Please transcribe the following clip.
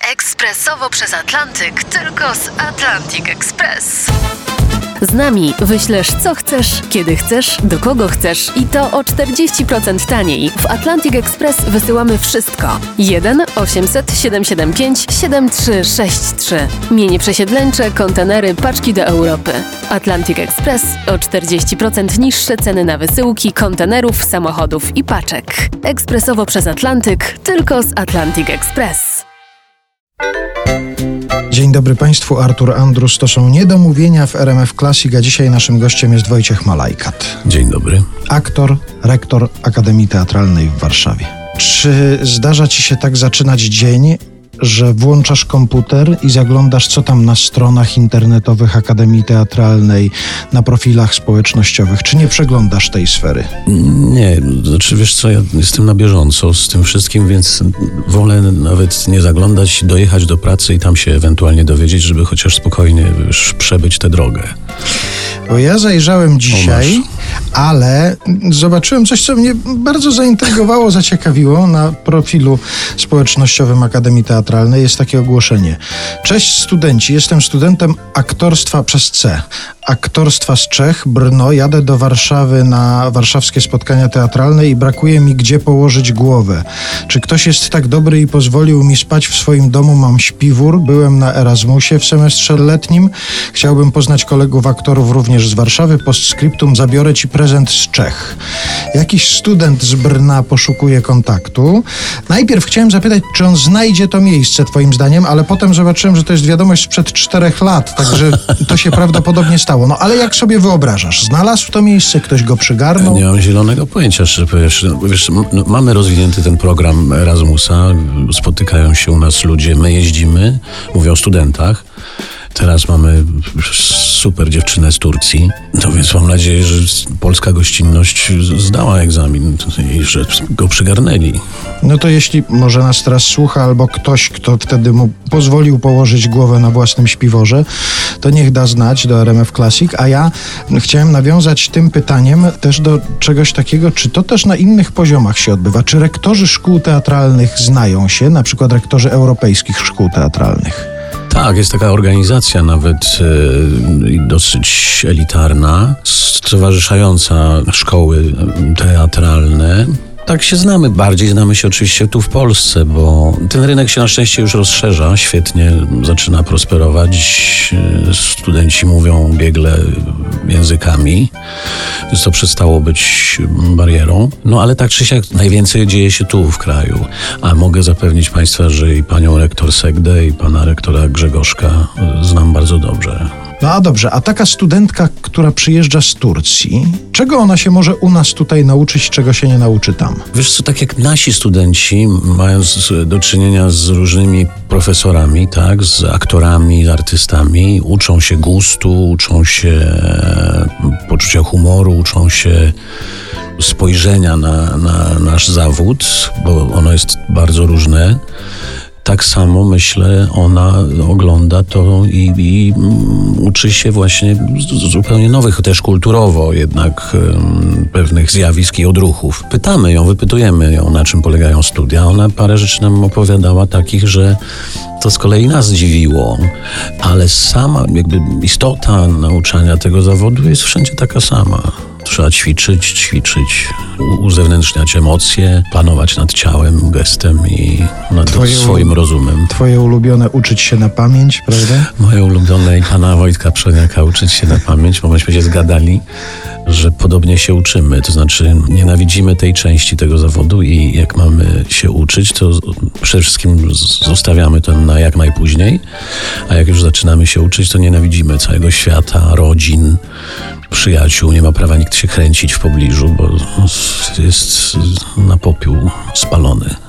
Ekspresowo przez Atlantyk, tylko z Atlantic Express. Z nami wyślesz co chcesz, kiedy chcesz, do kogo chcesz i to o 40% taniej. W Atlantic Express wysyłamy wszystko. 1 800 775 7363. Mienie przesiedleńcze, kontenery, paczki do Europy. Atlantic Express o 40% niższe ceny na wysyłki, kontenerów, samochodów i paczek. Ekspresowo przez Atlantyk, tylko z Atlantic Express. Dzień dobry Państwu, Artur Andrus. To są Niedomówienia w RMF Classic, a dzisiaj naszym gościem jest Wojciech Malajkat. Dzień dobry. Aktor, rektor Akademii Teatralnej w Warszawie. Czy zdarza Ci się tak zaczynać dzień, że włączasz komputer i zaglądasz, co tam na stronach internetowych Akademii Teatralnej, na profilach społecznościowych? Czy nie przeglądasz tej sfery? Nie, znaczy wiesz co, ja jestem na bieżąco z tym wszystkim, więc wolę nawet nie zaglądać, dojechać do pracy i tam się ewentualnie dowiedzieć, żeby chociaż spokojnie przebyć tę drogę. Bo ja zajrzałem dzisiaj, ale zobaczyłem coś, co mnie bardzo zaintrygowało, zaciekawiło. Na profilu społecznościowym Akademii Teatralnej jest takie ogłoszenie. Cześć studenci, jestem studentem aktorstwa przez C. Aktorstwa z Czech, Brno. Jadę do Warszawy na warszawskie spotkania teatralne i brakuje mi gdzie położyć głowę. Czy ktoś jest tak dobry i pozwolił mi spać w swoim domu? Mam śpiwór, byłem na Erasmusie w semestrze letnim. Chciałbym poznać kolegów aktorów również z Warszawy. Postscriptum, zabiorę ci prezent z Czech. Jakiś student z Brna poszukuje kontaktu. Najpierw chciałem zapytać, czy on znajdzie to miejsce twoim zdaniem, ale potem zobaczyłem, że to jest wiadomość sprzed 4 lat, także to się prawdopodobnie stało. No ale jak sobie wyobrażasz? Znalazł to miejsce? Ktoś go przygarnął? Nie mam zielonego pojęcia, szczerze powiedziawszy. Wiesz, mamy rozwinięty ten program Erasmusa, spotykają się u nas ludzie, my jeździmy, mówię o studentach. Teraz mamy super dziewczynę z Turcji, no więc mam nadzieję, że polska gościnność zdała egzamin i że go przygarnęli. No to jeśli może nas teraz słucha albo ktoś, kto wtedy mu pozwolił położyć głowę na własnym śpiworze, to niech da znać do RMF Classic, a ja chciałem nawiązać tym pytaniem też do czegoś takiego, czy to też na innych poziomach się odbywa, czy rektorzy szkół teatralnych znają się, na przykład rektorzy europejskich szkół teatralnych? Tak, jest taka organizacja nawet dosyć elitarna, stowarzyszająca szkoły teatralne. Tak się znamy, bardziej znamy się oczywiście tu w Polsce, bo ten rynek się na szczęście już rozszerza, świetnie zaczyna prosperować. Studenci mówią biegle językami, więc to przestało być barierą. No ale tak czy siak najwięcej dzieje się tu w kraju. A mogę zapewnić Państwa, że i panią rektor Segdę, i pana rektora Grzegorzka znam bardzo dobrze. No a dobrze, a taka studentka, która przyjeżdża z Turcji, czego ona się może u nas tutaj nauczyć, czego się nie nauczy tam? Wiesz co, tak jak nasi studenci, mając do czynienia z różnymi profesorami, tak, z aktorami, z artystami, uczą się gustu, uczą się poczucia humoru, uczą się spojrzenia na nasz zawód, bo ono jest bardzo różne. Tak samo, myślę, ona ogląda to i uczy się właśnie zupełnie nowych, też kulturowo jednak pewnych zjawisk i odruchów. Pytamy ją, wypytujemy ją, na czym polegają studia. Ona parę rzeczy nam opowiadała takich, że to z kolei nas dziwiło, ale sama jakby istota nauczania tego zawodu jest wszędzie taka sama. Trzeba ćwiczyć, uzewnętrzniać emocje, panować nad ciałem, gestem i nad swoim rozumem. Twoje ulubione uczyć się na pamięć, prawda? Moje ulubione i pana Wojtka Przoniaka uczyć się na pamięć, bo myśmy się zgadali, że podobnie się uczymy. To znaczy nienawidzimy tej części tego zawodu i jak mamy się uczyć, to przede wszystkim zostawiamy to na jak najpóźniej, a jak już zaczynamy się uczyć, to nienawidzimy całego świata, rodzin, przyjaciół. Nie ma prawa nikt się kręcić w pobliżu, bo jest na popiół spalony.